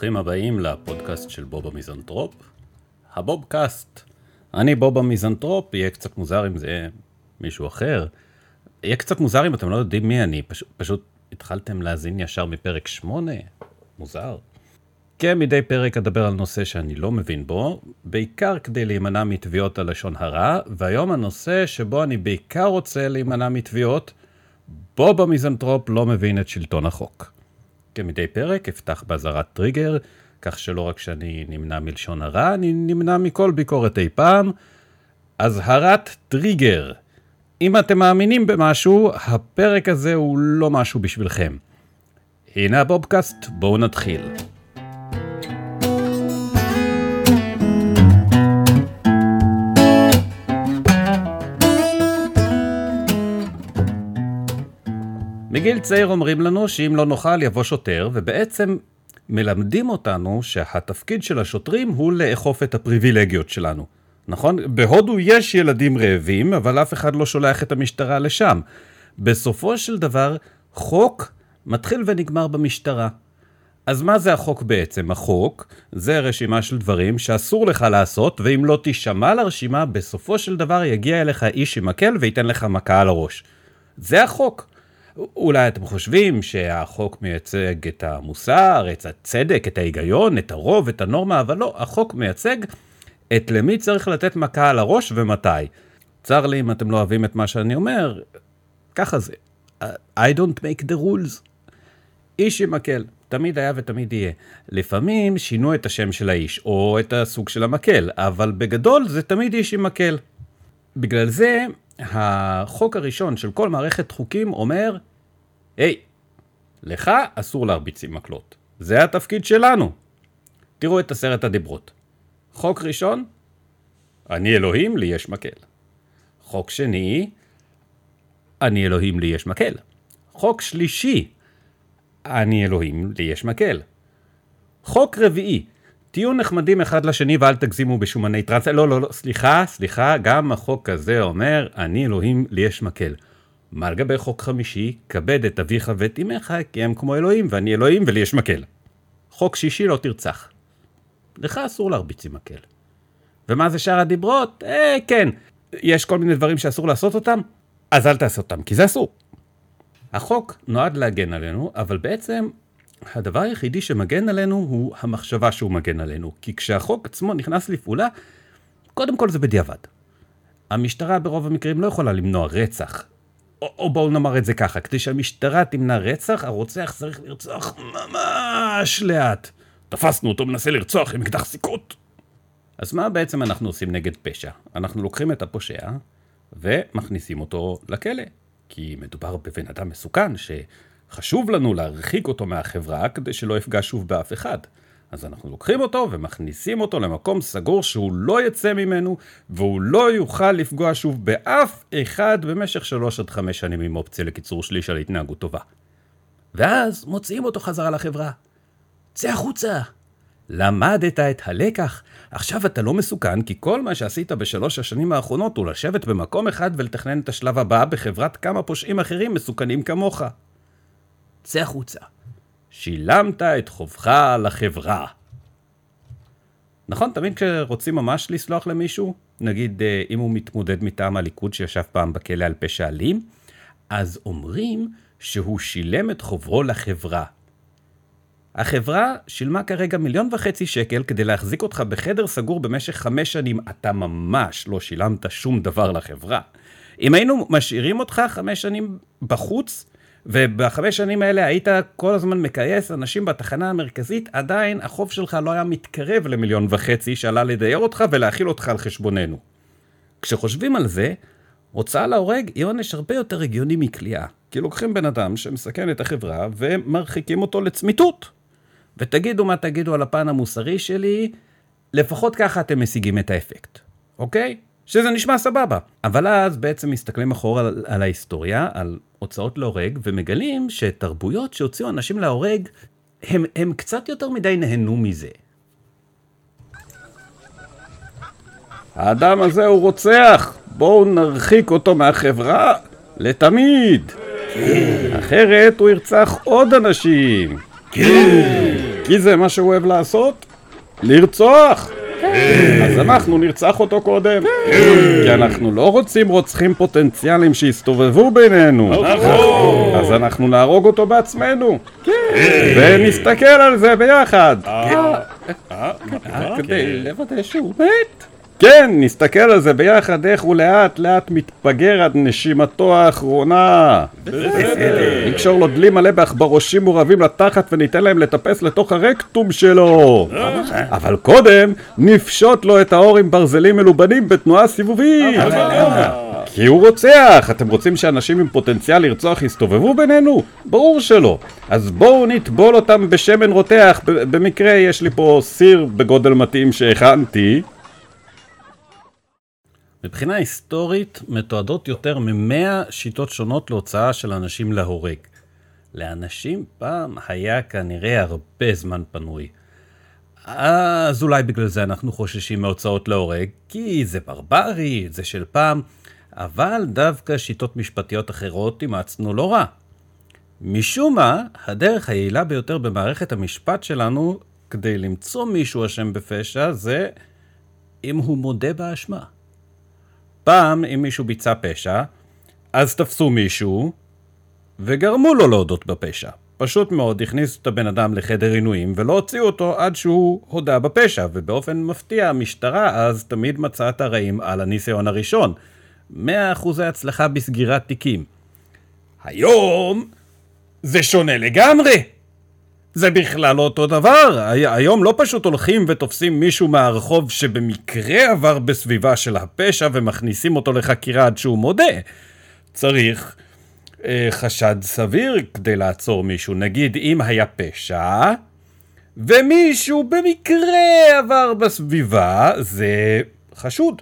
ברוכים הבאים לפודקאסט של בוב המיזנטרופ, הבובקאסט. אני בוב המיזנטרופ, יהיה קצת מוזר אם זה מישהו אחר. יהיה קצת מוזר אם אתם לא יודעים מי אני, פשוט התחלתם להזין ישר מפרק 8, מוזר. כן, מדי פרק אדבר על נושא שאני לא מבין בו, בעיקר כדי להימנע מתביעות הלשון הרע, והיום הנושא שבו אני בעיקר רוצה להימנע מתביעות, בוב המיזנטרופ לא מבין את שלטון החוק. כמדי פרק אפתח באזהרת טריגר, כך שלא רק שאני נמנע מלשון הרע, אני נמנע מכל ביקורת אי פעם. אזהרת טריגר. אם אתם מאמינים במשהו, הפרק הזה הוא לא משהו בשבילכם. הנה הבובקאסט, בואו נתחיל. מגיל צעיר אומרים לנו שאם לא נוכל יבוא שוטר, ובעצם מלמדים אותנו שהתפקיד של השוטרים הוא לאכוף את הפריבילגיות שלנו. נכון? בהודו יש ילדים רעבים, אבל אף אחד לא שולח את המשטרה לשם. בסופו של דבר, חוק מתחיל ונגמר במשטרה. אז מה זה החוק בעצם? החוק זה רשימה של דברים שאסור לך לעשות, ואם לא תשמע לרשימה, בסופו של דבר יגיע אליך איש עם מקל וייתן לך מכה על הראש. זה החוק. אולי אתם חושבים שהחוק מייצג את המוסר, את הצדק, את ההיגיון, את הרוב, את הנורמה, אבל לא, החוק מייצג את למי צריך לתת מכה על הראש ומתי. צר לי אם אתם לא אוהבים את מה שאני אומר, ככה זה. I don't make the rules. איש עם מקל, תמיד היה ותמיד יהיה. לפעמים שינו את השם של האיש, או את הסוג של המקל, אבל בגדול זה תמיד איש עם מקל. בגלל זה, החוק הראשון של כל מערכת חוקים אומר, היי, לך אסור להרביץ עם מקלות. זה התפקיד שלנו. תראו את 10 הדיברות. חוק ראשון, אני אלוהים, לי יש מקל. חוק שני, אני אלוהים, לי יש מקל. חוק שלישי, אני אלוהים, לי יש מקל. חוק רביעי, תהיו נחמדים אחד לשני ואל תגזימו בשומני טרנס. לא, סליחה, גם החוק הזה אומר, אני אלוהים, לי יש מקל. מה לגבי חוק חמישי, כבד את אביך ואת אמך, כי הם כמו אלוהים, ואני אלוהים ולי יש מקל. חוק שישי, לא תרצח. לך אסור להרביץ עם מקל. ומה זה שאר הדיברות? כן, יש כל מיני דברים שאסור לעשות אותם, אז אל תעשה אותם, כי זה אסור. החוק נועד להגן עלינו, אבל בעצם הדבר היחידי שמגן עלינו הוא המחשבה שהוא מגן עלינו. כי כשהחוק עצמו נכנס לפעולה, קודם כל זה בדיעבד. המשטרה ברוב המקרים לא יכולה למנוע רצח. או בואו נאמר את זה ככה, כדי שהמשטרה תמנע רצח, הרוצח צריך לרצוח ממש לאט. תפסנו אותו מנסה לרצוח עם אקדח סיכות. אז מה בעצם אנחנו עושים נגד פשע? אנחנו לוקחים את הפושע ומכניסים אותו לכלא. כי מדובר בבן אדם מסוכן שחשוב לנו להרחיק אותו מהחברה כדי שלא יפגע שוב באף אחד. אז אנחנו לוקחים אותו ומכניסים אותו למקום סגור שהוא לא יצא ממנו, והוא לא יוכל לפגוע שוב באף אחד במשך 3 עד 5 שנים עם אופציה לקיצור שליש על התנהגות טובה. ואז מוציאים אותו חזרה לחברה. צא החוצה. למדת את הלקח. עכשיו אתה לא מסוכן, כי כל מה שעשית ב3 השנים האחרונות הוא לשבת במקום אחד ולתכנן את השלב הבא בחברת כמה פושעים אחרים מסוכנים כמוך. צא החוצה. שילמת את חובך לחברה. נכון, תמיד כשרוצים ממש לסלוח למישהו, נגיד אם הוא מתמודד מטעם הליכוד שישב פעם בכלא על פשע אלים, אז אומרים שהוא שילם את חוברו לחברה. החברה שילמה כרגע 1.5 מיליון שקל כדי להחזיק אותך בחדר סגור במשך 5 שנים. אתה ממש לא שילמת שום דבר לחברה. אם היינו משאירים אותך 5 שנים בחוץ, וב5 שנים האלה היית כל הזמן מקייס אנשים בתחנה המרכזית, עדיין החוב שלך לא היה מתקרב ל1.5 מיליון שעלה לדייר אותך ולהכיל אותך על חשבוננו. כשחושבים על זה, הוצאה להורג היא עונש הרבה יותר הגיוני מכליאה. כי לוקחים בן אדם שמסכן את החברה ומרחיקים אותו לצמיתות. ותגידו מה תגידו על הפן המוסרי שלי, לפחות ככה אתם משיגים את האפקט. אוקיי? שזה נשמע סבבה. אבל אז בעצם מסתכלים אחורה על ההיסטוריה, על הוצאות להורג, ומגלים שתרבויות שהוציאו אנשים להורג, הם קצת יותר מדי נהנו מזה. האדם הזה הוא רוצח, בואו נרחיק אותו מהחברה לתמיד. אחרת הוא ירצח עוד אנשים. כן. כי זה מה שהוא אוהב לעשות? לרצוח! אז אנחנו נרצח אותו קודם, כי אנחנו לא רוצים רוצחים פוטנציאליים שיסתובבו בינינו, אז אנחנו נהרוג אותו בעצמנו, ונסתכל על זה ביחד, כדי לוודא שהוא מת. כן, נסתכל על זה ביחד, איך הוא לאט לאט מתפגר עד נשימתו האחרונה. נקשור לו דלי מלא בעכברושים מורבים לתחת וניתן להם לטפס לתוך הרקטום שלו. אבל קודם נפשוט לו את האור עם ברזלים מלובנים בתנועה סיבובית. כי הוא רוצח. אתם רוצים שאנשים עם פוטנציאל לרצוח יסתובבו בינינו? ברור שלא. אז בואו נטבול אותם בשמן רותח. במקרה יש לי פה סיר בגודל מתאים שהכנתי. מבחינה היסטורית מתועדות יותר מ100 שיטות שונות להוצאה של אנשים להורג. לאנשים פעם היה כנראה הרבה זמן פנוי. אז אולי בגלל זה אנחנו חוששים מהוצאות להורג, כי זה ברברי, זה של פעם, אבל דווקא שיטות משפטיות אחרות אימצנו לא רע. משום מה, הדרך היעילה ביותר במערכת המשפט שלנו כדי למצוא מישהו אשם בפשע זה אם הוא מודה באשמה. פעם, אם מישהו ביצע פשע, אז תפסו מישהו וגרמו לו להודות בפשע. פשוט מאוד הכניסו את הבן אדם לחדר עינויים ולא הוציאו אותו עד שהוא הודה בפשע, ובאופן מפתיע המשטרה אז תמיד מצאה את הרעים על הניסיון הראשון. 100% הצלחה בסגירת תיקים. היום זה שונה לגמרי. זה בכלל לא אותו דבר. היום לא פשוט הולכים ותופסים מישהו מהרחוב שבמקרה עבר בסביבה של הפשע ומכניסים אותו לחקירה עד שהוא מודה. צריך חשד סביר כדי לעצור מישהו. נגיד אם היה פשע ומישהו במקרה עבר בסביבה, זה חשוד.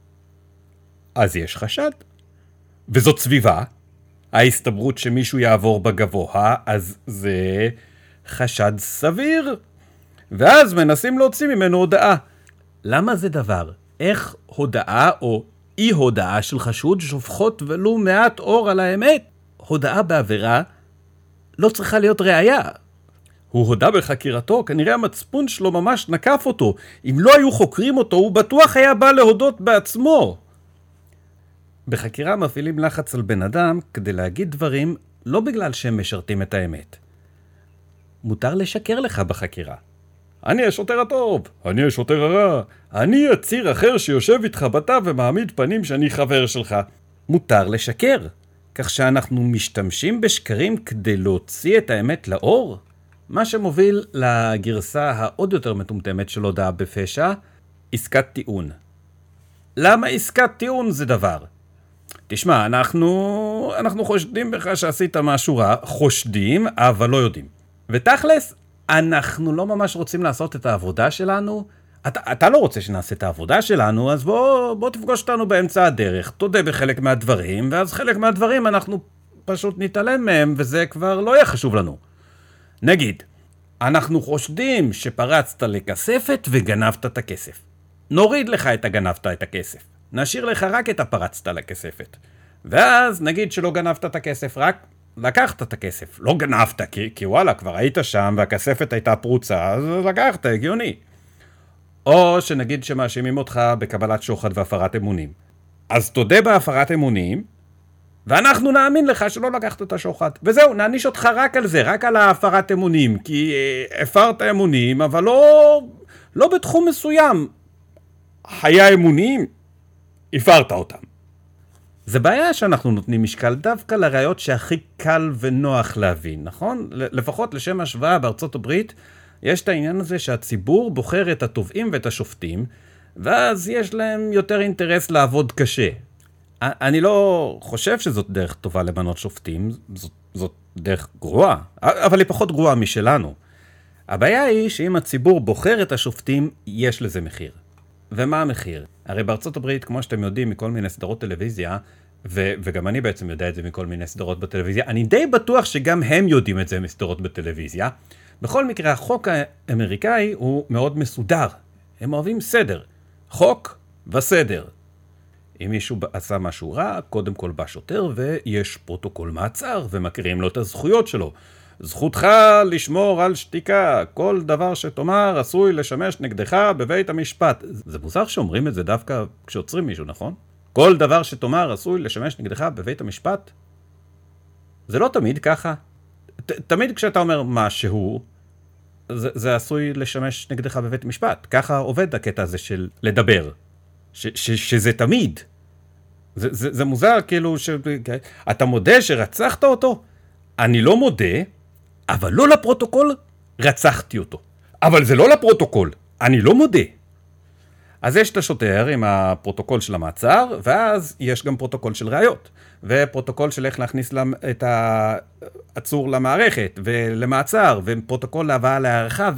אז יש חשד. וזאת סביבה. ההסתברות שמישהו יעבור בגבוה, אז זה חשד סביר. ואז מנסים להוציא ממנו הודעה. למה זה דבר? איך הודעה או אי הודעה של חשוד שופכות ולו מעט אור על האמת? הודעה בעבירה לא צריכה להיות ראייה. הוא הודה בחקירתו, כנראה המצפון שלו ממש נקף אותו. אם לא היו חוקרים אותו, הוא בטוח היה בא להודות בעצמו. בחקירה מפעילים לחץ על בן אדם כדי להגיד דברים לא בגלל שהם משרתים את האמת. מותר לשקר לך בחקירה. אני השוטר הטוב, אני השוטר הרע, אני הציר אחר שיושב איתך בתא ומעמיד פנים שאני חבר שלך. מותר לשקר, כך שאנחנו משתמשים בשקרים כדי להוציא את האמת לאור. מה שמוביל לגרסה העוד יותר מטומטמת של הודעה בפשע, עסקת טיעון. למה עסקת טיעון זה דבר? תשמע, אנחנו חושדים בך שעשית משהו רע, חושדים, אבל לא יודעים. ותכלס, אנחנו לא ממש רוצים לעשות את העבודה שלנו. אתה לא רוצה שנעשה את העבודה שלנו, אז בוא תפגוש אותנו באמצע הדרך. תודה בחלק מהדברים, ואז חלק מהדברים אנחנו פשוט נתעלם מהם, וזה כבר לא יהיה חשוב לנו. נגיד, אנחנו חושדים שפרצת לכספת וגנבת את הכסף. נוריד לך את הגנבת את הכסף. נשאיר לך רק את הפרצת לכספת. ואז נגיד שלא גנבת את הכסף, רק לקחת את הכסף. לא גנבת, כי וואלה, כבר היית שם והכספת הייתה פרוצה, אז לקחת, הגיוני. או שנגיד שמאשימים אותך בקבלת שוחד והפרת אמונים. אז תודה בהפרת אמונים, ואנחנו נאמין לך שלא לקחת את השוחד. וזהו, נעניש אותך רק על זה, רק על ההפרת אמונים, כי הפרת אמונים, אבל לא בתחום מסוים. היה אמונים, הפרת אותם. זה בעיה שאנחנו נותנים משקל דווקא לראיות שהכי קל ונוח להבין, נכון? לפחות לשם השוואה בארצות הברית, יש את העניין הזה שהציבור בוחר את התובעים ואת השופטים, ואז יש להם יותר אינטרס לעבוד קשה. אני לא חושב שזאת דרך טובה למנות שופטים, זאת דרך גרועה, אבל היא פחות גרועה משלנו. הבעיה היא שאם הציבור בוחר את השופטים, יש לזה מחיר. ומה המחיר? הרי בארצות הברית, כמו שאתם יודעים מכל מיני סדרות טלוויזיה, וגם אני בעצם יודע את זה מכל מיני סדרות בטלוויזיה, אני די בטוח שגם הם יודעים את זה מסדרות בטלוויזיה. בכל מקרה, החוק האמריקאי הוא מאוד מסודר. הם אוהבים סדר. חוק וסדר. אם מישהו עשה משהו רע, קודם כל בא שוטר ויש פרוטוקול מעצר ומכירים לו את הזכויות שלו. זכותך לשמור על שתיקה, כל דבר שתאמר עשוי לשמש נגדך בבית המשפט. זה מוזר שאומרים את זה דווקא כשעוצרים מישהו, נכון? כל דבר שתאמר עשוי לשמש נגדך בבית המשפט. זה לא תמיד ככה. תמיד כשאתה אומר משהו, זה עשוי לשמש נגדך בבית המשפט. ככה עובד הקטע הזה של לדבר. שזה תמיד. זה מוזר, כאילו, אתה מודה שרצחת אותו? אני לא מודה, אבל לא לפרוטוקול, רצחתי אותו. אבל זה לא לפרוטוקול, אני לא מודה. אז יש את השוטר עם הפרוטוקול של המעצר, ואז יש גם פרוטוקול של ראיות, ופרוטוקול של איך להכניס את העצור למערכת, ולמעצר, ופרוטוקול להבאה להערכה,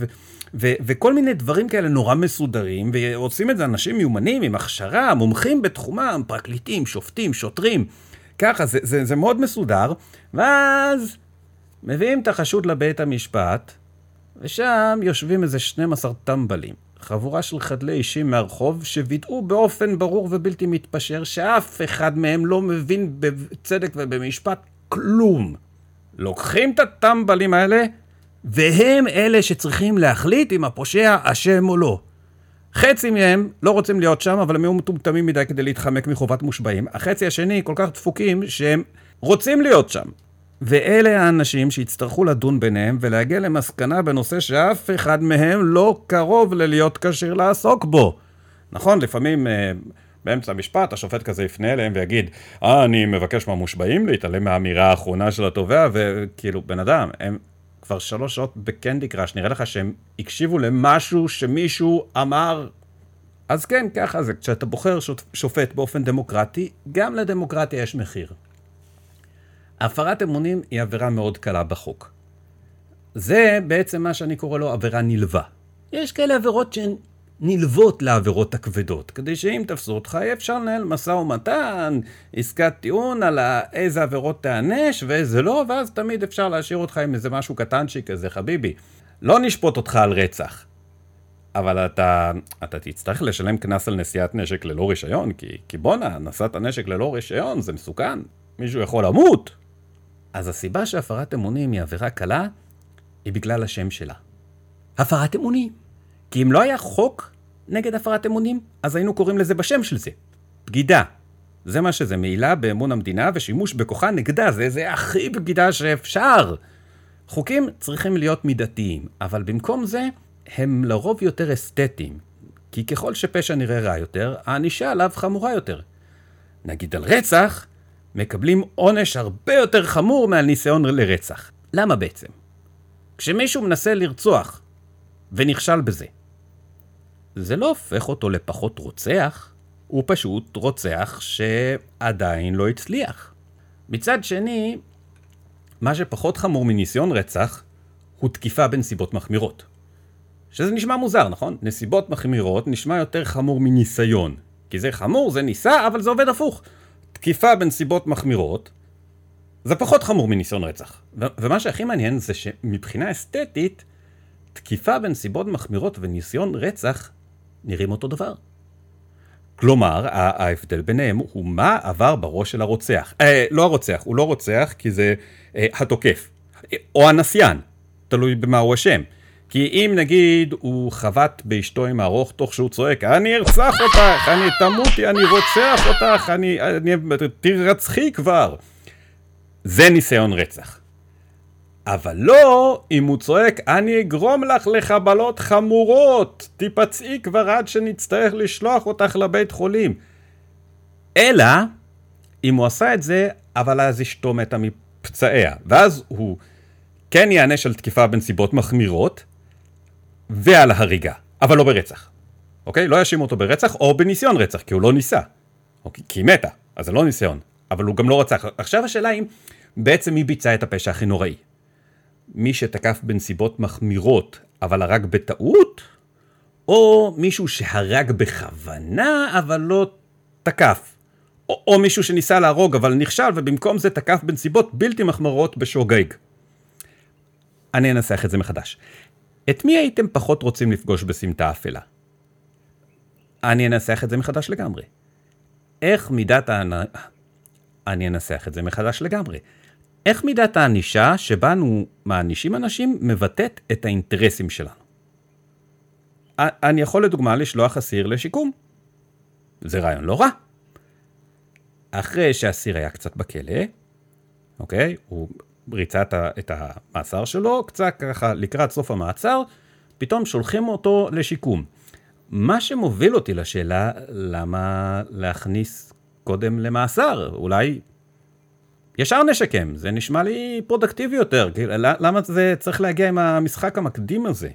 וכל מיני דברים כאלה נורא מסודרים, ועושים את זה אנשים מיומנים, עם הכשרה, מומחים בתחומם, פרקליטים, שופטים, שוטרים, ככה, זה מאוד מסודר, ואז מביאים את החשוד לבית המשפט, ושם יושבים איזה 12 טמבלים, חבורה של חדלי אישים מהרחוב, שווידאו באופן ברור ובלתי מתפשר, שאף אחד מהם לא מבין בצדק ובמשפט כלום. לוקחים את הטמבלים האלה, והם אלה שצריכים להחליט אם הפושע אשם או לא. חצי מהם לא רוצים להיות שם, אבל הם היו מטומטמים מדי כדי להתחמק מחובת מושבעים. החצי השני כל כך דפוקים שהם רוצים להיות שם. ואלה האנשים שיצטרכו לדון ביניהם ולהגיע למסקנה בנושא שאף אחד מהם לא קרוב ללהיות כשיר לעסוק בו. נכון, לפעמים באמצע המשפט השופט כזה יפנה אליהם ויגיד, אני מבקש מהמושבעים להתעלם מהאמירה האחרונה של התובע, וכאילו בן אדם, הם כבר 3 שעות בקנדי קראש, נראה לך שהם הקשיבו למשהו שמישהו אמר. אז כן, ככה זה, כשאתה בוחר שופט באופן דמוקרטי, גם לדמוקרטיה יש מחיר. הפרת אמונים היא עבירה מאוד קלה בחוק. זה בעצם מה שאני קורא לו עבירה נלווה. יש כאלה עבירות שהן נלוות לעבירות הכבדות, כדי שאם תפסו אותך, יהיה אפשר לנהל משא ומתן, עסקת טיעון על איזה עבירות תענש ואיזה לא, ואז תמיד אפשר להשאיר אותך עם איזה משהו קטנצ'יק כזה, חביבי. לא נשפוט אותך על רצח, אבל אתה תצטרך לשלם קנס על נשיאת נשק ללא רישיון, כי בונה, נשאת הנשק ללא רישיון, זה מסוכן, מישהו יכול למות. אז הסיבה שהפרת אמונים היא עבירה קלה, היא בגלל השם שלה. הפרת אמונים. כי אם לא היה חוק נגד הפרת אמונים, אז היינו קוראים לזה בשם של זה. בגידה. זה מה שזה, מעילה באמון המדינה ושימוש בכוחה נגדה. זה הכי בגידה שאפשר. חוקים צריכים להיות מידתיים, אבל במקום זה, הם לרוב יותר אסתטיים. כי ככל שפשע נראה רע יותר, הענישה עליו חמורה יותר. נגיד על רצח, מקבלים עונש הרבה יותר חמור מעל ניסיון לרצח. למה בעצם? כשמישהו מנסה לרצוח ונכשל בזה, זה לא הופך אותו לפחות רוצח, הוא פשוט רוצח שעדיין לא הצליח. מצד שני, מה שפחות חמור מניסיון רצח, הוא תקיפה בנסיבות מחמירות. שזה נשמע מוזר, נכון? נסיבות מחמירות נשמע יותר חמור מניסיון. כי זה חמור, זה ניסה, אבל זה עובד הפוך. תקיפה בנסיבות מחמירות, זה פחות חמור מניסיון רצח. ומה שהכי מעניין זה שמבחינה אסתטית, תקיפה בנסיבות מחמירות וניסיון רצח נראים אותו דבר. כלומר, ההבדל ביניהם הוא מה עבר בראש של הרוצח. לא הרוצח, הוא לא רוצח כי זה התוקף. או הנסיין, תלוי במה הוא אשם. כי אם נגיד הוא חבט באשתו עם הארוך תוך שהוא צועק, אני ארצח אותך, אני תמותי, אני רוצח אותך, אני תרצחי כבר. זה ניסיון רצח. אבל לא אם הוא צועק, אני אגרום לך לחבלות חמורות, תיפצעי כבר עד שנצטרך לשלוח אותך לבית חולים. אלא, אם הוא עשה את זה, אבל אז אשתו מתה מפצעיה. ואז הוא כן יענש על תקיפה בנסיבות מחמירות, ועל ההריגה, אבל לא ברצח. אוקיי? לא יאשימו אותו ברצח או בניסיון רצח, כי הוא לא ניסה. אוקיי? כי היא מתה, אז זה לא ניסיון. אבל הוא גם לא רצח. עכשיו השאלה היא, בעצם מי ביצע את הפשע הכי נוראי? מי שתקף בנסיבות מחמירות, אבל הרג בטעות? או מישהו שהרג בכוונה, אבל לא תקף? או מישהו שניסה להרוג, אבל נכשל, ובמקום זה תקף בנסיבות בלתי מחמירות בשוגג? אני אנסח את זה מחדש. את מי הייתם פחות רוצים לפגוש בסמטה אפלה? אני אנסח את זה מחדש לגמרי. איך מידת אני אנסח את זה מחדש לגמרי. איך מידת הענישה שבה אנו מענישים אנשים מבטאת את האינטרסים שלנו? אני יכול לדוגמה לשלוח אסיר לשיקום. זה רעיון לא רע. אחרי שהאסיר היה קצת בכלא, אוקיי? הוא ריצה את המאסר שלו, קצת ככה לקראת סוף המעצר, פתאום שולחים אותו לשיקום. מה שמוביל אותי לשאלה, למה להכניס קודם למאסר? אולי ישר נשקם, זה נשמע לי פרודקטיבי יותר. למה זה צריך להגיע עם המשחק המקדים הזה?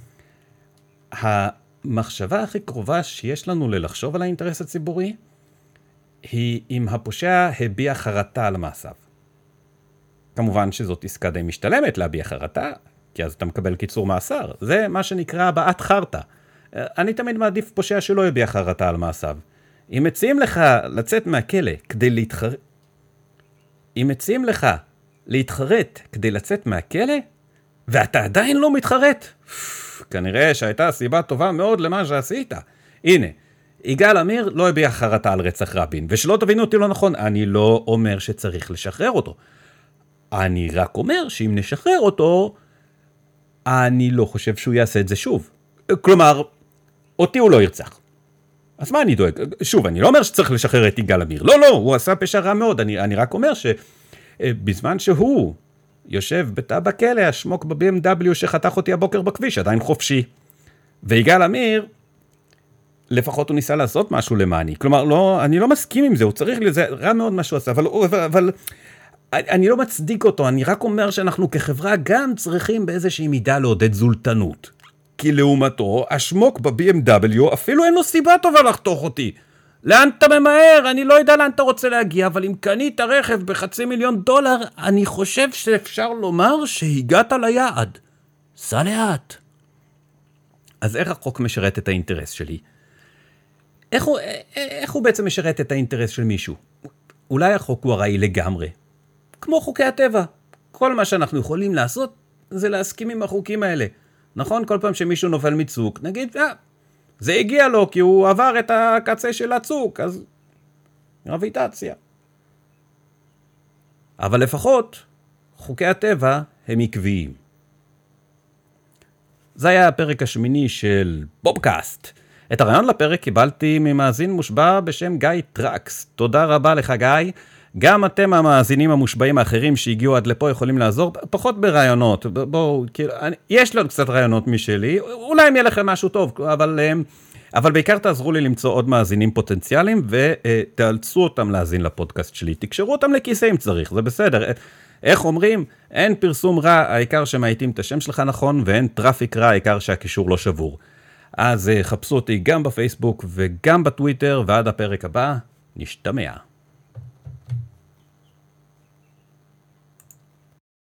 המחשבה הכי קרובה שיש לנו ללחשוב על האינטרס הציבורי, היא אם הפושע הביע חרטה על מעשיו. כמובן שזאת עסקה די משתלמת להביע חרטה, כי אז אתה מקבל קיצור מאסר. זה מה שנקרא הבעת חרטה. אני תמיד מעדיף פושע שלא הביע חרטה על מעשיו. אם מציעים לך לצאת מהכלא כדי להתחרט, אם מציעים לך להתחרט כדי לצאת מהכלא, ואתה עדיין לא מתחרט, כנראה שהייתה סיבה טובה מאוד למה שעשית. הנה, יגאל עמיר לא הביע חרטה על רצח רבין, ושלא תבינו אותי לא נכון, אני לא אומר שצריך לשחרר אותו. אני רק אומר שאם נשחרר אותו, אני לא חושב שהוא יעשה את זה שוב. כלומר, אותי הוא לא ירצח. אז מה אני דואג? שוב, אני לא אומר שצריך לשחרר את יגאל עמיר. לא, הוא עשה פשע רע מאוד. אני רק אומר שבזמן שהוא יושב בתא בכלא, השמוק ב-BMW שחתך אותי הבוקר בכביש, עדיין חופשי. ויגאל עמיר, לפחות הוא ניסה לעשות משהו למעני. כלומר, לא, אני לא מסכים עם זה, הוא צריך לזה, רע מאוד מה שהוא עשה, אבל אני לא מצדיק אותו, אני רק אומר שאנחנו כחברה גם צריכים באיזושהי מידה לעודד זולטנות. כי לעומתו, השמוק ב-BMW אפילו אין לו סיבה טובה לחתוך אותי. לאן אתה ממהר? אני לא יודע לאן אתה רוצה להגיע, אבל אם קנית רכב $500,000, אני חושב שאפשר לומר שהגעת ליעד. סע לאט. אז איך החוק משרת את האינטרס שלי? איך הוא בעצם משרת את האינטרס של מישהו? אולי החוק הוא הראי לגמרי. כמו חוקי הטבע. כל מה שאנחנו יכולים לעשות זה להסכים עם החוקים האלה. נכון? כל פעם שמישהו נופל מצוק, נגיד, זה הגיע לו כי הוא עבר את הקצה של הצוק, אז גרביטציה. אבל לפחות חוקי הטבע הם עקביים. זה היה הפרק השמיני של בובקאסט. את הרעיון לפרק קיבלתי ממאזין מושבע בשם גיא טרקס. תודה רבה לך גיא. גם אתם המאזינים המושבעים האחרים שהגיעו עד לפה יכולים לעזור, פחות ברעיונות. בואו, כאילו, יש לנו קצת רעיונות משלי, אולי אם יהיה לכם משהו טוב, אבל בעיקר תעזרו לי למצוא עוד מאזינים פוטנציאליים, ותאלצו אותם להאזין לפודקאסט שלי. תקשרו אותם לכיסא אם צריך, זה בסדר. איך אומרים? אין פרסום רע, העיקר שמעיטים את השם שלך נכון, ואין טראפיק רע, העיקר שהקישור לא שבור. אז חפשו אותי גם בפייסבוק וגם בטוויטר, ועד הפרק הבא, נשתמע.